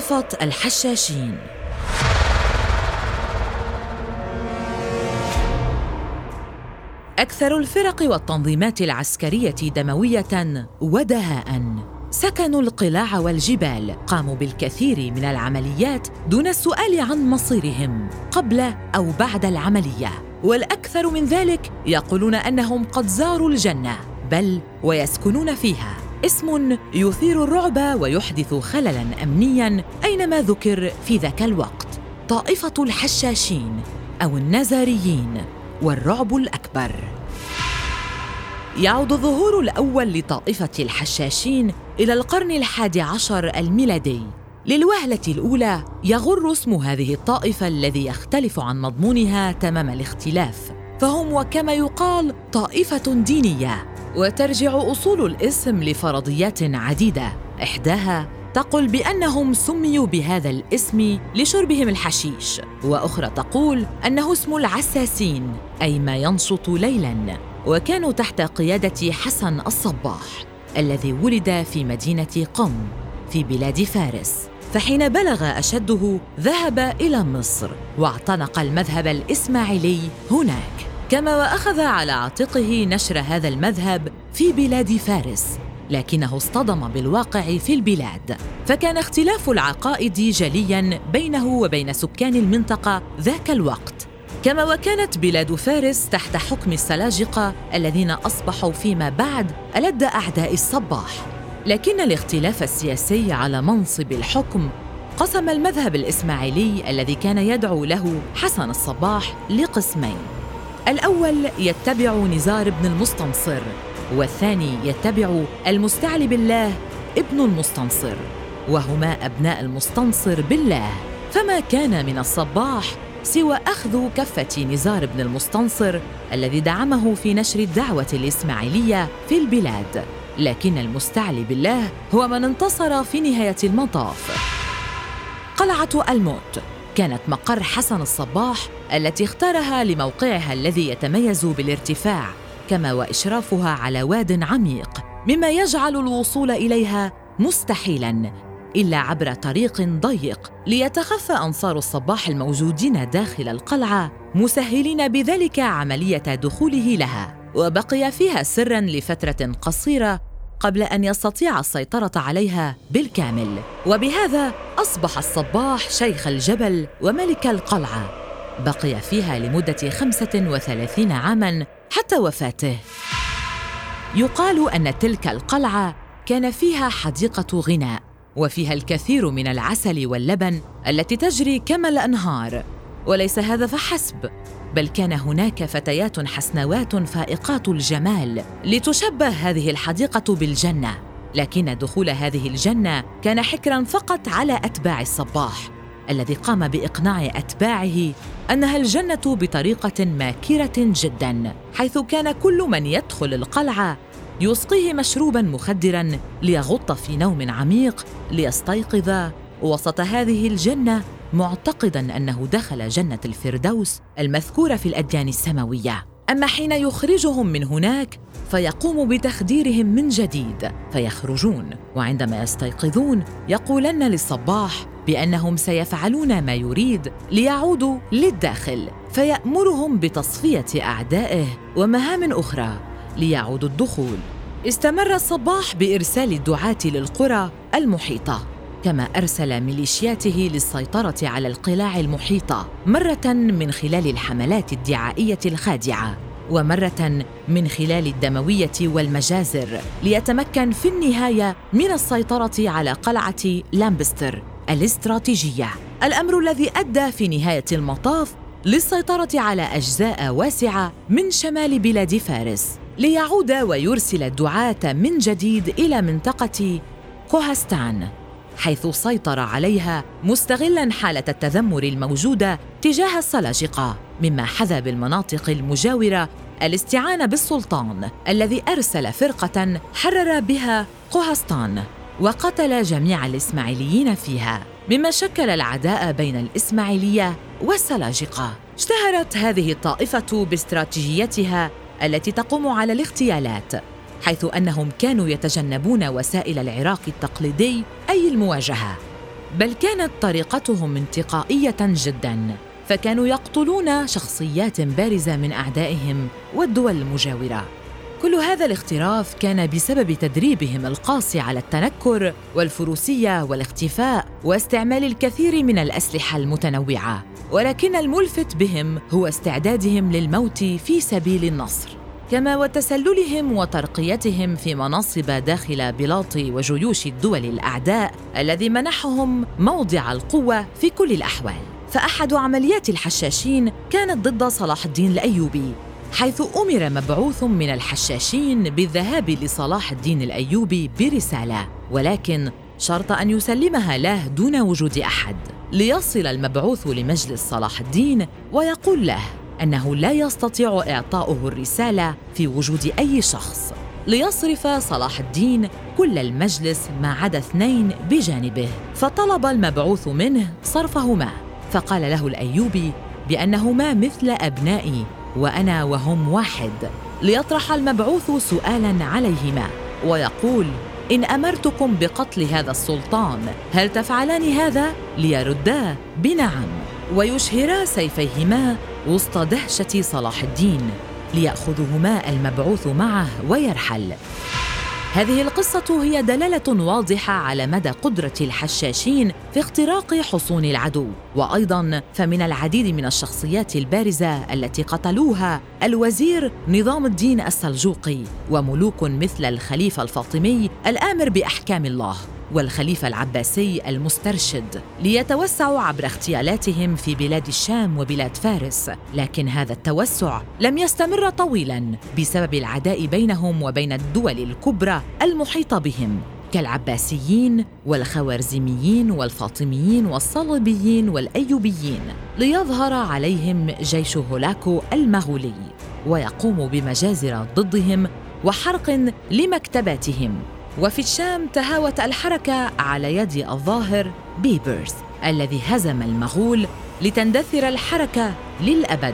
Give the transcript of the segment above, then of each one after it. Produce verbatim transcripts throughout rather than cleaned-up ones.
طائفة الحشاشين. أكثر الفرق والتنظيمات العسكرية دموية ودهاءً. سكنوا القلاع والجبال، قاموا بالكثير من العمليات دون السؤال عن مصيرهم قبل أو بعد العملية، والأكثر من ذلك يقولون أنهم قد زاروا الجنة، بل ويسكنون فيها. اسم يثير الرعب ويحدث خللاً أمنياً أينما ذكر في ذاك الوقت: طائفة الحشاشين أو النزاريين، والرعب الأكبر. يعود الظهور الأول لطائفة الحشاشين إلى القرن الحادي عشر الميلادي. للوهلة الأولى يغر اسم هذه الطائفة الذي يختلف عن مضمونها تمام الاختلاف، فهم وكما يقال طائفة دينية، وترجع أصول الاسم لفرضيات عديدة. إحداها تقول بأنهم سميوا بهذا الاسم لشربهم الحشيش، وأخرى تقول أنه اسم العساسين، أي ما ينشط ليلاً، وكانوا تحت قيادة حسن الصباح الذي ولد في مدينة قم في بلاد فارس، فحين بلغ أشده ذهب إلى مصر واعتنق المذهب الإسماعيلي هناك، كما وأخذ على عاتقه نشر هذا المذهب في بلاد فارس، لكنه اصطدم بالواقع في البلاد، فكان اختلاف العقائد جلياً بينه وبين سكان المنطقة ذاك الوقت، كما وكانت بلاد فارس تحت حكم السلاجقة الذين أصبحوا فيما بعد ألد أعداء الصباح. لكن الاختلاف السياسي على منصب الحكم قسم المذهب الإسماعيلي الذي كان يدعو له حسن الصباح لقسمين: الأول يتبع نزار بن المستنصر، والثاني يتبع المستعلي بالله ابن المستنصر، وهما أبناء المستنصر بالله. فما كان من الصباح سوى أخذ كفة نزار بن المستنصر الذي دعمه في نشر الدعوة الإسماعيلية في البلاد، لكن المستعلي بالله هو من انتصر في نهاية المطاف. قلعة الموت كانت مقر حسن الصباح التي اختارها لموقعها الذي يتميز بالارتفاع، كما وإشرافها على واد عميق، مما يجعل الوصول إليها مستحيلاً إلا عبر طريق ضيق، ليتخفى أنصار الصباح الموجودين داخل القلعة، مسهلين بذلك عملية دخوله لها. وبقي فيها سراً لفترة قصيرة قبل أن يستطيع السيطرة عليها بالكامل، وبهذا أصبح الصباح شيخ الجبل وملك القلعة. بقي فيها لمدة خمسة وثلاثين عاماً حتى وفاته. يقال أن تلك القلعة كان فيها حديقة غناء، وفيها الكثير من العسل واللبن التي تجري كما الأنهار. وليس هذا فحسب، بل كان هناك فتيات حسنوات فائقات الجمال لتشبه هذه الحديقة بالجنة. لكن دخول هذه الجنة كان حكراً فقط على أتباع الصباح، الذي قام بإقناع أتباعه أنها الجنة بطريقة ماكرة جداً، حيث كان كل من يدخل القلعة يسقيه مشروباً مخدراً ليغط في نوم عميق ليستيقظ وسط هذه الجنة، معتقداً أنه دخل جنة الفردوس المذكورة في الأديان السماوية. أما حين يخرجهم من هناك فيقوم بتخديرهم من جديد فيخرجون، وعندما يستيقظون يقولن للصباح بأنهم سيفعلون ما يريد ليعودوا للداخل، فيأمرهم بتصفية أعدائه ومهام أخرى ليعودوا الدخول. استمر الصباح بإرسال الدعاة للقرى المحيطة، كما أرسل ميليشياته للسيطرة على القلاع المحيطة، مرة من خلال الحملات الدعائية الخادعة، ومرة من خلال الدموية والمجازر، ليتمكن في النهاية من السيطرة على قلعة لامبستر الاستراتيجية، الأمر الذي أدى في نهاية المطاف للسيطرة على أجزاء واسعة من شمال بلاد فارس، ليعود ويرسل الدعاة من جديد إلى منطقة كوهستان، حيث سيطر عليها مستغلاً حالة التذمر الموجودة تجاه السلاجقة، مما حذا بالمناطق المجاورة الاستعانة بالسلطان الذي أرسل فرقة حرر بها كوهستان وقتل جميع الإسماعيليين فيها، مما شكل العداء بين الإسماعيلية والسلاجقة. اشتهرت هذه الطائفة باستراتيجيتها التي تقوم على الاغتيالات، حيث أنهم كانوا يتجنبون وسائل العراك التقليدي أي المواجهة، بل كانت طريقتهم انتقائية جداً، فكانوا يقتلون شخصيات بارزة من أعدائهم والدول المجاورة. كل هذا الاختراف كان بسبب تدريبهم القاسي على التنكر والفروسية والاختفاء واستعمال الكثير من الأسلحة المتنوعة، ولكن الملفت بهم هو استعدادهم للموت في سبيل النصر، كما وتسللهم وترقيتهم في مناصب داخل بلاط وجيوش الدول الأعداء الذي منحهم موضع القوة في كل الأحوال. فأحد عمليات الحشاشين كانت ضد صلاح الدين الأيوبي، حيث أمر مبعوث من الحشاشين بالذهاب لصلاح الدين الأيوبي برسالة، ولكن شرط أن يسلمها له دون وجود أحد. ليصل المبعوث لمجلس صلاح الدين ويقول له أنه لا يستطيع إعطاؤه الرسالة في وجود أي شخص، ليصرف صلاح الدين كل المجلس ما عدا اثنين بجانبه. فطلب المبعوث منه صرفهما، فقال له الأيوبي بأنهما مثل أبنائي وأنا وهم واحد، ليطرح المبعوث سؤالاً عليهما ويقول: إن أمرتكم بقتل هذا السلطان هل تفعلان هذا؟ ليردا بنعم، ويشهرا سيفيهما وسط دهشة صلاح الدين، ليأخذهما المبعوث معه ويرحل. هذه القصة هي دلالة واضحة على مدى قدرة الحشاشين في اختراق حصون العدو، وأيضاً فمن العديد من الشخصيات البارزة التي قتلوها الوزير نظام الدين السلجوقي، وملوك مثل الخليفة الفاطمي الآمر بأحكام الله، والخليفة العباسي المسترشد، ليتوسعوا عبر اغتيالاتهم في بلاد الشام وبلاد فارس. لكن هذا التوسع لم يستمر طويلاً بسبب العداء بينهم وبين الدول الكبرى المحيطة بهم كالعباسيين والخوارزميين والفاطميين والصليبيين والأيوبيين، ليظهر عليهم جيش هولاكو المغولي ويقوم بمجازر ضدهم وحرق لمكتباتهم. وفي الشام تهاوت الحركة على يد الظاهر بيبرس الذي هزم المغول لتندثر الحركة للأبد.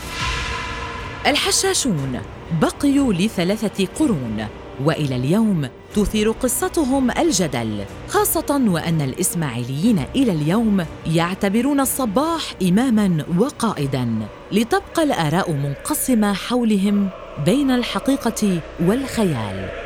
الحشاشون بقيوا لثلاثة قرون، وإلى اليوم تثير قصتهم الجدل، خاصة وأن الإسماعيليين إلى اليوم يعتبرون الصباح إماماً وقائداً، لتبقى الآراء منقسمة حولهم بين الحقيقة والخيال.